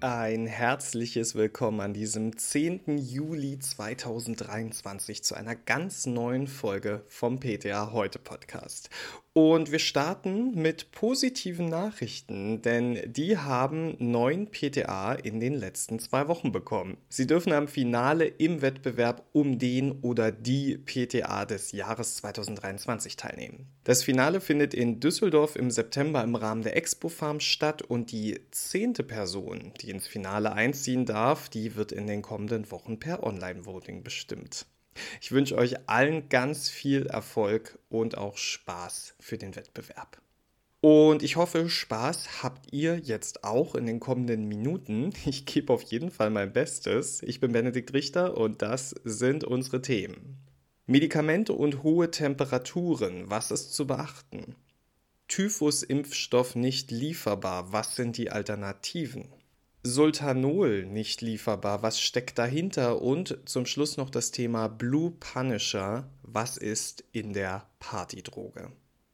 Ein herzliches Willkommen an diesem 10. Juli 2023 zu einer ganz neuen Folge vom PTA Heute Podcast. Und wir starten mit positiven Nachrichten, denn die haben 9 PTA in den letzten 2 Wochen bekommen. Sie dürfen am Finale im Wettbewerb um den oder die PTA des Jahres 2023 teilnehmen. Das Finale findet in Düsseldorf im September im Rahmen der Expo Farm statt und die 10. Person, die ins Finale einziehen darf, die wird in den kommenden Wochen per Online-Voting bestimmt. Ich wünsche euch allen ganz viel Erfolg und auch Spaß für den Wettbewerb. Und ich hoffe, Spaß habt ihr jetzt auch in den kommenden Minuten. Ich gebe auf jeden Fall mein Bestes. Ich bin Benedikt Richter und das sind unsere Themen. Medikamente und hohe Temperaturen, was ist zu beachten? Typhus-Impfstoff nicht lieferbar, was sind die Alternativen? Sultanol nicht lieferbar, was steckt dahinter? Und zum Schluss noch das Thema Blue Punisher, was ist in der Partydroge?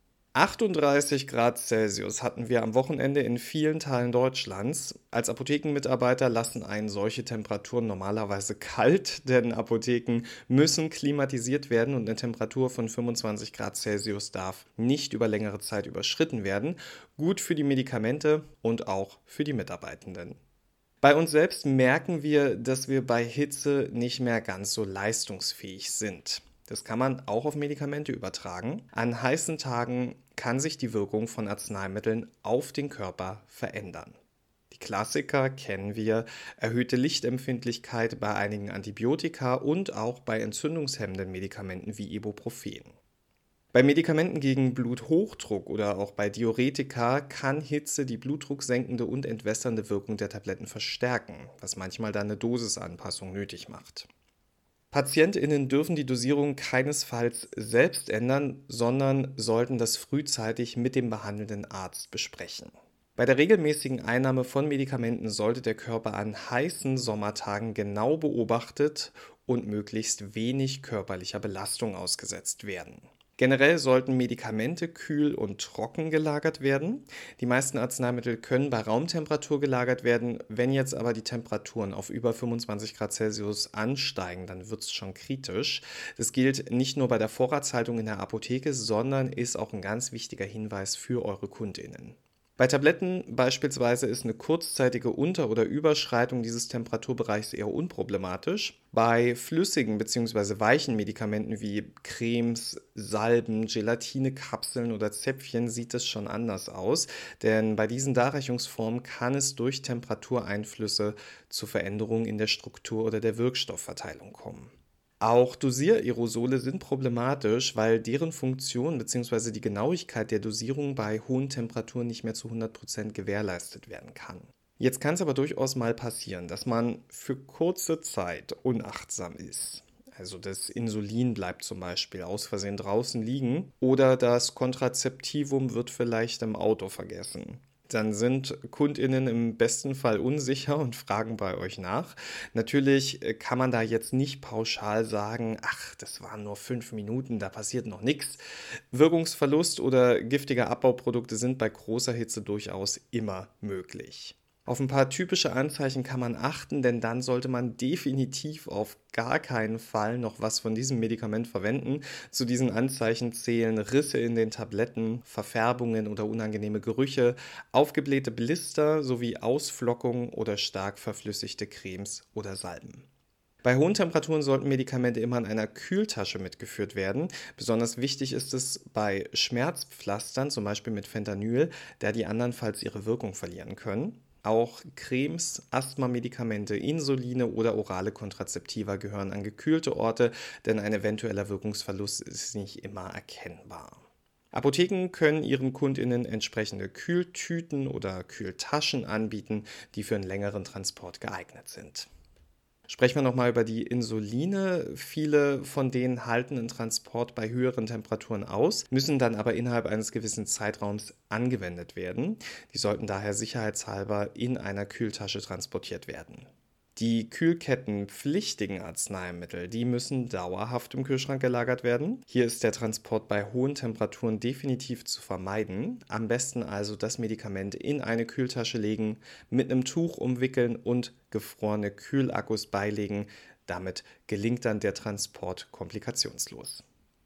38 Grad Celsius hatten wir am Wochenende in vielen Teilen Deutschlands. Als Apothekenmitarbeiter lassen einen solche Temperaturen normalerweise kalt, denn Apotheken müssen klimatisiert werden und eine Temperatur von 25 Grad Celsius darf nicht über längere Zeit überschritten werden. Gut für die Medikamente und auch für die Mitarbeitenden. Bei uns selbst merken wir, dass wir bei Hitze nicht mehr ganz so leistungsfähig sind. Das kann man auch auf Medikamente übertragen. An heißen Tagen kann sich die Wirkung von Arzneimitteln auf den Körper verändern. Die Klassiker kennen wir: erhöhte Lichtempfindlichkeit bei einigen Antibiotika und auch bei entzündungshemmenden Medikamenten wie Ibuprofen. Bei Medikamenten gegen Bluthochdruck oder auch bei Diuretika kann Hitze die blutdrucksenkende und entwässernde Wirkung der Tabletten verstärken, was manchmal dann eine Dosisanpassung nötig macht. PatientInnen dürfen die Dosierung keinesfalls selbst ändern, sondern sollten das frühzeitig mit dem behandelnden Arzt besprechen. Bei der regelmäßigen Einnahme von Medikamenten sollte der Körper an heißen Sommertagen genau beobachtet und möglichst wenig körperlicher Belastung ausgesetzt werden. Generell sollten Medikamente kühl und trocken gelagert werden. Die meisten Arzneimittel können bei Raumtemperatur gelagert werden. Wenn jetzt aber die Temperaturen auf über 25 Grad Celsius ansteigen, dann wird es schon kritisch. Das gilt nicht nur bei der Vorratshaltung in der Apotheke, sondern ist auch ein ganz wichtiger Hinweis für eure KundInnen. Bei Tabletten beispielsweise ist eine kurzzeitige Unter- oder Überschreitung dieses Temperaturbereichs eher unproblematisch. Bei flüssigen bzw. weichen Medikamenten wie Cremes, Salben, Gelatinekapseln oder Zäpfchen sieht es schon anders aus, denn bei diesen Darreichungsformen kann es durch Temperatureinflüsse zu Veränderungen in der Struktur oder der Wirkstoffverteilung kommen. Auch Dosiererosole sind problematisch, weil deren Funktion bzw. die Genauigkeit der Dosierung bei hohen Temperaturen nicht mehr zu 100% gewährleistet werden kann. Jetzt kann es aber durchaus mal passieren, dass man für kurze Zeit unachtsam ist. Also das Insulin bleibt zum Beispiel aus Versehen draußen liegen oder das Kontrazeptivum wird vielleicht im Auto vergessen. Dann sind KundInnen im besten Fall unsicher und fragen bei euch nach. Natürlich kann man da jetzt nicht pauschal sagen, ach, das waren nur 5 Minuten, da passiert noch nichts. Wirkungsverlust oder giftige Abbauprodukte sind bei großer Hitze durchaus immer möglich. Auf ein paar typische Anzeichen kann man achten, denn dann sollte man definitiv auf gar keinen Fall noch was von diesem Medikament verwenden. Zu diesen Anzeichen zählen Risse in den Tabletten, Verfärbungen oder unangenehme Gerüche, aufgeblähte Blister sowie Ausflockungen oder stark verflüssigte Cremes oder Salben. Bei hohen Temperaturen sollten Medikamente immer in einer Kühltasche mitgeführt werden. Besonders wichtig ist es bei Schmerzpflastern, zum Beispiel mit Fentanyl, da die andernfalls ihre Wirkung verlieren können. Auch Cremes, Asthma-Medikamente, Insuline oder orale Kontrazeptiva gehören an gekühlte Orte, denn ein eventueller Wirkungsverlust ist nicht immer erkennbar. Apotheken können ihren KundInnen entsprechende Kühltüten oder Kühltaschen anbieten, die für einen längeren Transport geeignet sind. Sprechen wir nochmal über die Insuline. Viele von denen halten den Transport bei höheren Temperaturen aus, müssen dann aber innerhalb eines gewissen Zeitraums angewendet werden. Die sollten daher sicherheitshalber in einer Kühltasche transportiert werden. Die kühlkettenpflichtigen Arzneimittel, die müssen dauerhaft im Kühlschrank gelagert werden. Hier ist der Transport bei hohen Temperaturen definitiv zu vermeiden. Am besten also das Medikament in eine Kühltasche legen, mit einem Tuch umwickeln und gefrorene Kühlakkus beilegen. Damit gelingt dann der Transport komplikationslos.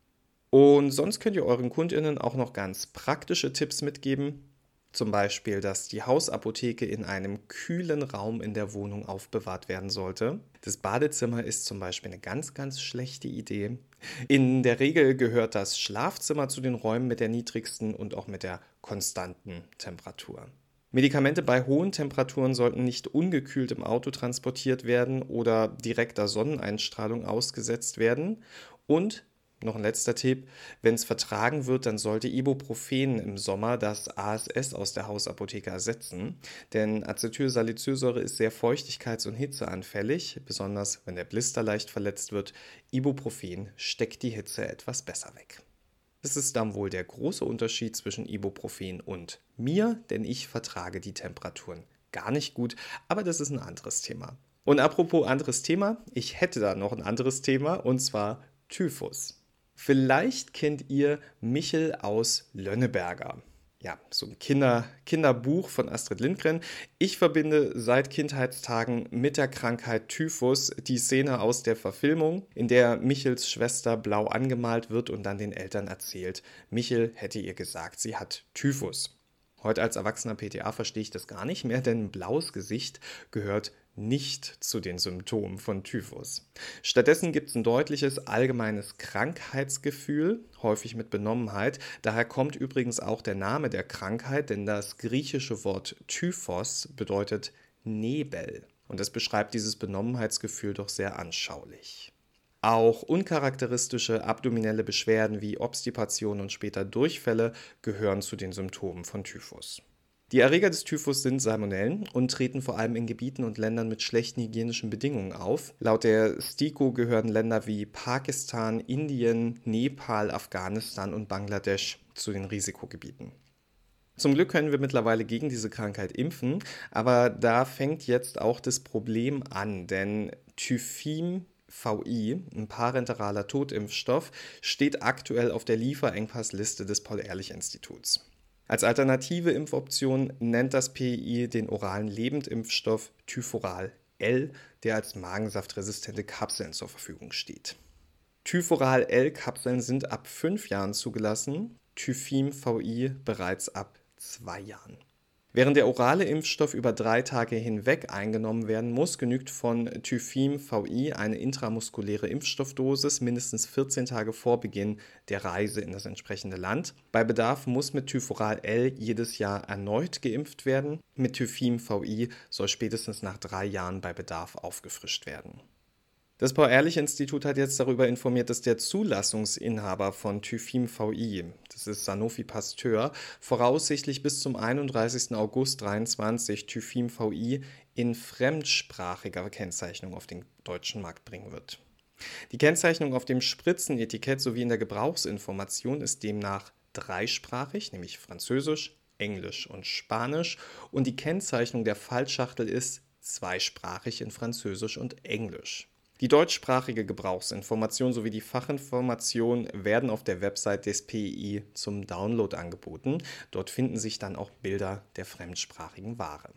Und sonst könnt ihr euren KundInnen auch noch ganz praktische Tipps mitgeben. Zum Beispiel, dass die Hausapotheke in einem kühlen Raum in der Wohnung aufbewahrt werden sollte. Das Badezimmer ist zum Beispiel eine ganz, ganz schlechte Idee. In der Regel gehört das Schlafzimmer zu den Räumen mit der niedrigsten und auch mit der konstanten Temperatur. Medikamente bei hohen Temperaturen sollten nicht ungekühlt im Auto transportiert werden oder direkter Sonneneinstrahlung ausgesetzt werden. Und noch ein letzter Tipp, wenn es vertragen wird, dann sollte Ibuprofen im Sommer das ASS aus der Hausapotheke ersetzen, denn Acetylsalicylsäure ist sehr feuchtigkeits- und hitzeanfällig, besonders wenn der Blister leicht verletzt wird. Ibuprofen steckt die Hitze etwas besser weg. Das ist dann wohl der große Unterschied zwischen Ibuprofen und mir, denn ich vertrage die Temperaturen gar nicht gut, aber das ist ein anderes Thema. Und apropos anderes Thema, ich hätte da noch ein anderes Thema, und zwar Typhus. Vielleicht kennt ihr Michel aus Lönneberger. Ja, so ein Kinderbuch von Astrid Lindgren. Ich verbinde seit Kindheitstagen mit der Krankheit Typhus die Szene aus der Verfilmung, in der Michels Schwester blau angemalt wird und dann den Eltern erzählt, Michel hätte ihr gesagt, sie hat Typhus. Heute als erwachsener PTA verstehe ich das gar nicht mehr, denn ein blaues Gesicht gehört nicht zu den Symptomen von Typhus. Stattdessen gibt es ein deutliches allgemeines Krankheitsgefühl, häufig mit Benommenheit. Daher kommt übrigens auch der Name der Krankheit, denn das griechische Wort Typhos bedeutet Nebel. Und das beschreibt dieses Benommenheitsgefühl doch sehr anschaulich. Auch uncharakteristische abdominelle Beschwerden wie Obstipation und später Durchfälle gehören zu den Symptomen von Typhus. Die Erreger des Typhus sind Salmonellen und treten vor allem in Gebieten und Ländern mit schlechten hygienischen Bedingungen auf. Laut der STIKO gehören Länder wie Pakistan, Indien, Nepal, Afghanistan und Bangladesch zu den Risikogebieten. Zum Glück können wir mittlerweile gegen diese Krankheit impfen, aber da fängt jetzt auch das Problem an, denn Typhim VI, ein parenteraler Totimpfstoff, steht aktuell auf der Lieferengpassliste des Paul-Ehrlich-Instituts. Als alternative Impfoption nennt das PEI den oralen Lebendimpfstoff Typhoral L, der als magensaftresistente Kapseln zur Verfügung steht. Typhoral L-Kapseln sind ab 5 Jahren zugelassen, Typhim VI bereits ab 2 Jahren. Während der orale Impfstoff über 3 Tage hinweg eingenommen werden muss, genügt von Typhim VI eine intramuskuläre Impfstoffdosis mindestens 14 Tage vor Beginn der Reise in das entsprechende Land. Bei Bedarf muss mit Typhoral L jedes Jahr erneut geimpft werden. Mit Typhim VI soll spätestens nach 3 Jahren bei Bedarf aufgefrischt werden. Das Paul-Ehrlich-Institut hat jetzt darüber informiert, dass der Zulassungsinhaber von Typhim VI, das ist Sanofi Pasteur, voraussichtlich bis zum 31. August 2023 Typhim VI in fremdsprachiger Kennzeichnung auf den deutschen Markt bringen wird. Die Kennzeichnung auf dem Spritzenetikett sowie in der Gebrauchsinformation ist demnach dreisprachig, nämlich Französisch, Englisch und Spanisch, und die Kennzeichnung der Fallschachtel ist zweisprachig in Französisch und Englisch. Die deutschsprachige Gebrauchsinformation sowie die Fachinformation werden auf der Website des PEI zum Download angeboten. Dort finden sich dann auch Bilder der fremdsprachigen Ware.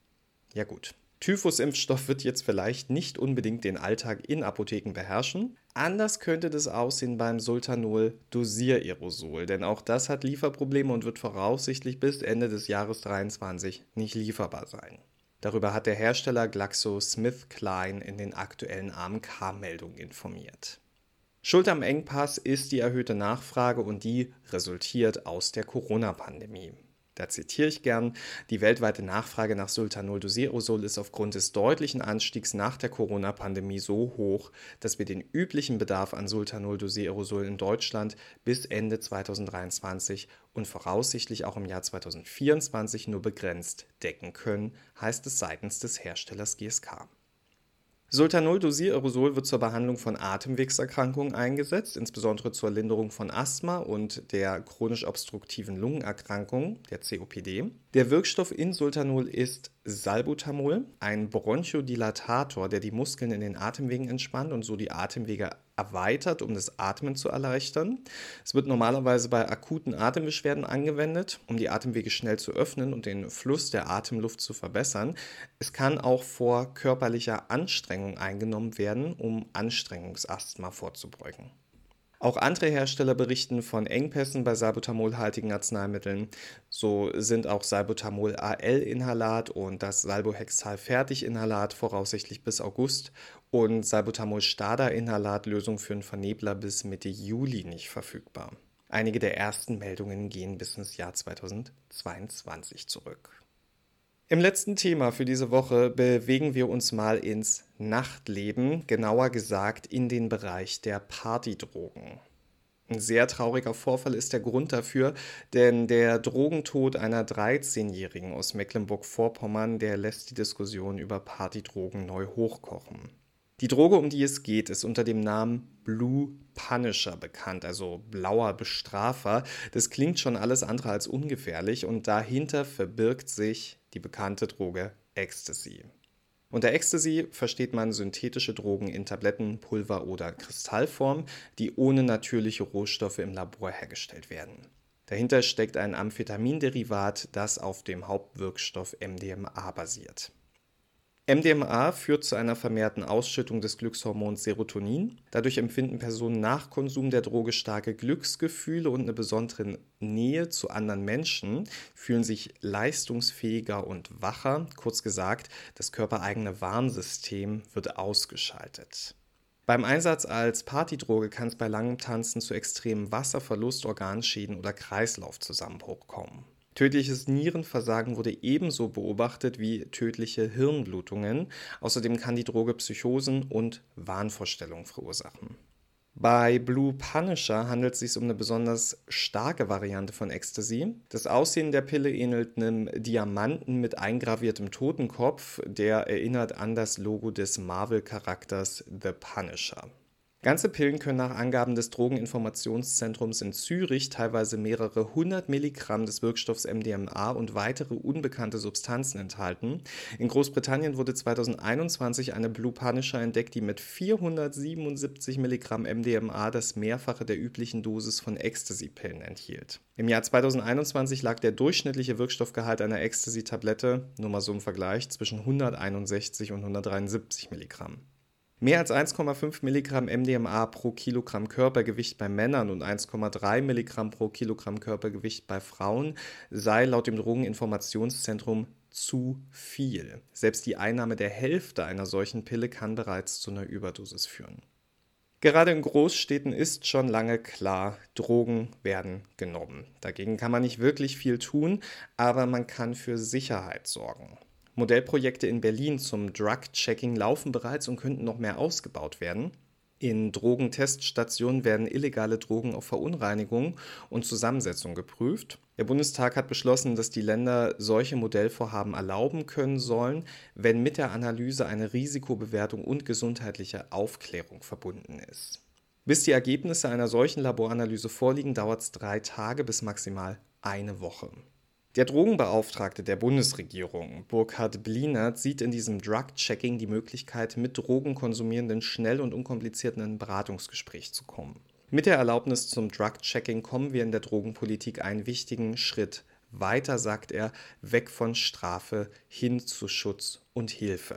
Ja gut, Typhus-Impfstoff wird jetzt vielleicht nicht unbedingt den Alltag in Apotheken beherrschen. Anders könnte das aussehen beim Sultanol-Dosiererosol, denn auch das hat Lieferprobleme und wird voraussichtlich bis Ende des Jahres 2023 nicht lieferbar sein. Darüber hat der Hersteller GlaxoSmithKline in den aktuellen AMK-Meldungen informiert. Schuld am Engpass ist die erhöhte Nachfrage und die resultiert aus der Corona-Pandemie. Da zitiere ich gern: Die weltweite Nachfrage nach Sultanol-Dosiererosol ist aufgrund des deutlichen Anstiegs nach der Corona-Pandemie so hoch, dass wir den üblichen Bedarf an Sultanol-Dosiererosol in Deutschland bis Ende 2023 und voraussichtlich auch im Jahr 2024 nur begrenzt decken können, heißt es seitens des Herstellers GSK. Sultanol-Dosiererosol wird zur Behandlung von Atemwegserkrankungen eingesetzt, insbesondere zur Linderung von Asthma und der chronisch obstruktiven Lungenerkrankung, der COPD. Der Wirkstoff in Sultanol ist Salbutamol, ein Bronchodilatator, der die Muskeln in den Atemwegen entspannt und so die Atemwege erweitert, um das Atmen zu erleichtern. Es wird normalerweise bei akuten Atembeschwerden angewendet, um die Atemwege schnell zu öffnen und den Fluss der Atemluft zu verbessern. Es kann auch vor körperlicher Anstrengung eingenommen werden, um Anstrengungsasthma vorzubeugen. Auch andere Hersteller berichten von Engpässen bei salbutamolhaltigen Arzneimitteln. So sind auch Salbutamol AL-Inhalat und das Salbuhexal-Fertig-Inhalat voraussichtlich bis August und Salbutamol Stada-Inhalat, Lösung für einen Vernebler, bis Mitte Juli nicht verfügbar. Einige der ersten Meldungen gehen bis ins Jahr 2022 zurück. Im letzten Thema für diese Woche bewegen wir uns mal ins Nachtleben, genauer gesagt in den Bereich der Partydrogen. Ein sehr trauriger Vorfall ist der Grund dafür, denn der Drogentod einer 13-Jährigen aus Mecklenburg-Vorpommern, der lässt die Diskussion über Partydrogen neu hochkochen. Die Droge, um die es geht, ist unter dem Namen Blue Punisher bekannt, also blauer Bestrafer. Das klingt schon alles andere als ungefährlich und dahinter verbirgt sich die bekannte Droge Ecstasy. Unter Ecstasy versteht man synthetische Drogen in Tabletten, Pulver oder Kristallform, die ohne natürliche Rohstoffe im Labor hergestellt werden. Dahinter steckt ein Amphetaminderivat, das auf dem Hauptwirkstoff MDMA basiert. MDMA führt zu einer vermehrten Ausschüttung des Glückshormons Serotonin. Dadurch empfinden Personen nach Konsum der Droge starke Glücksgefühle und eine besondere Nähe zu anderen Menschen, fühlen sich leistungsfähiger und wacher. Kurz gesagt, das körpereigene Warnsystem wird ausgeschaltet. Beim Einsatz als Partydroge kann es bei langem Tanzen zu extremem Wasserverlust, Organschäden oder Kreislaufzusammenbruch kommen. Tödliches Nierenversagen wurde ebenso beobachtet wie tödliche Hirnblutungen. Außerdem kann die Droge Psychosen und Wahnvorstellungen verursachen. Bei Blue Punisher handelt es sich um eine besonders starke Variante von Ecstasy. Das Aussehen der Pille ähnelt einem Diamanten mit eingraviertem Totenkopf, der erinnert an das Logo des Marvel-Charakters The Punisher. Ganze Pillen können nach Angaben des Drogeninformationszentrums in Zürich teilweise mehrere 100 Milligramm des Wirkstoffs MDMA und weitere unbekannte Substanzen enthalten. In Großbritannien wurde 2021 eine Blue Punisher entdeckt, die mit 477 Milligramm MDMA das Mehrfache der üblichen Dosis von Ecstasy-Pillen enthielt. Im Jahr 2021 lag der durchschnittliche Wirkstoffgehalt einer Ecstasy-Tablette, nur mal so im Vergleich, zwischen 161 und 173 Milligramm. Mehr als 1,5 Milligramm MDMA pro Kilogramm Körpergewicht bei Männern und 1,3 Milligramm pro Kilogramm Körpergewicht bei Frauen sei laut dem Drogeninformationszentrum zu viel. Selbst die Einnahme der Hälfte einer solchen Pille kann bereits zu einer Überdosis führen. Gerade in Großstädten ist schon lange klar, Drogen werden genommen. Dagegen kann man nicht wirklich viel tun, aber man kann für Sicherheit sorgen. Modellprojekte in Berlin zum Drug-Checking laufen bereits und könnten noch mehr ausgebaut werden. In Drogenteststationen werden illegale Drogen auf Verunreinigung und Zusammensetzung geprüft. Der Bundestag hat beschlossen, dass die Länder solche Modellvorhaben erlauben können sollen, wenn mit der Analyse eine Risikobewertung und gesundheitliche Aufklärung verbunden ist. Bis die Ergebnisse einer solchen Laboranalyse vorliegen, dauert es 3 Tage bis maximal eine Woche. Der Drogenbeauftragte der Bundesregierung, Burkhard Blinert, sieht in diesem Drug-Checking die Möglichkeit, mit Drogenkonsumierenden schnell und unkompliziert in ein Beratungsgespräch zu kommen. Mit der Erlaubnis zum Drug-Checking kommen wir in der Drogenpolitik einen wichtigen Schritt weiter, sagt er, weg von Strafe hin zu Schutz und Hilfe.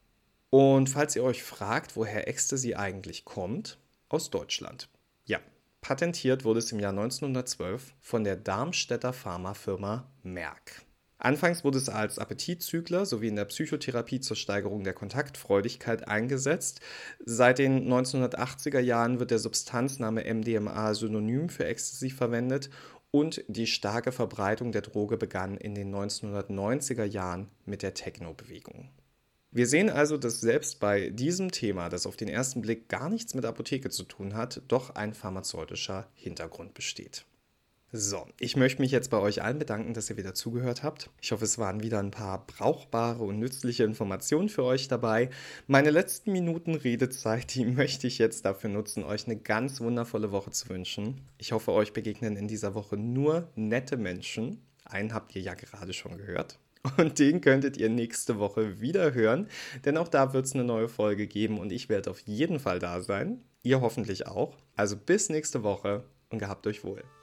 Und falls ihr euch fragt, woher Ecstasy eigentlich kommt, aus Deutschland. Ja. Patentiert wurde es im Jahr 1912 von der Darmstädter Pharmafirma Merck. Anfangs wurde es als Appetitzügler sowie in der Psychotherapie zur Steigerung der Kontaktfreudigkeit eingesetzt. Seit den 1980er Jahren wird der Substanzname MDMA synonym für Ecstasy verwendet und die starke Verbreitung der Droge begann in den 1990er Jahren mit der Techno-Bewegung. Wir sehen also, dass selbst bei diesem Thema, das auf den ersten Blick gar nichts mit Apotheke zu tun hat, doch ein pharmazeutischer Hintergrund besteht. So, ich möchte mich jetzt bei euch allen bedanken, dass ihr wieder zugehört habt. Ich hoffe, es waren wieder ein paar brauchbare und nützliche Informationen für euch dabei. Meine letzten Minuten Redezeit, die möchte ich jetzt dafür nutzen, euch eine ganz wundervolle Woche zu wünschen. Ich hoffe, euch begegnen in dieser Woche nur nette Menschen. Einen habt ihr ja gerade schon gehört. Und den könntet ihr nächste Woche wieder hören, denn auch da wird es eine neue Folge geben und ich werde auf jeden Fall da sein. Ihr hoffentlich auch. Also bis nächste Woche und gehabt euch wohl.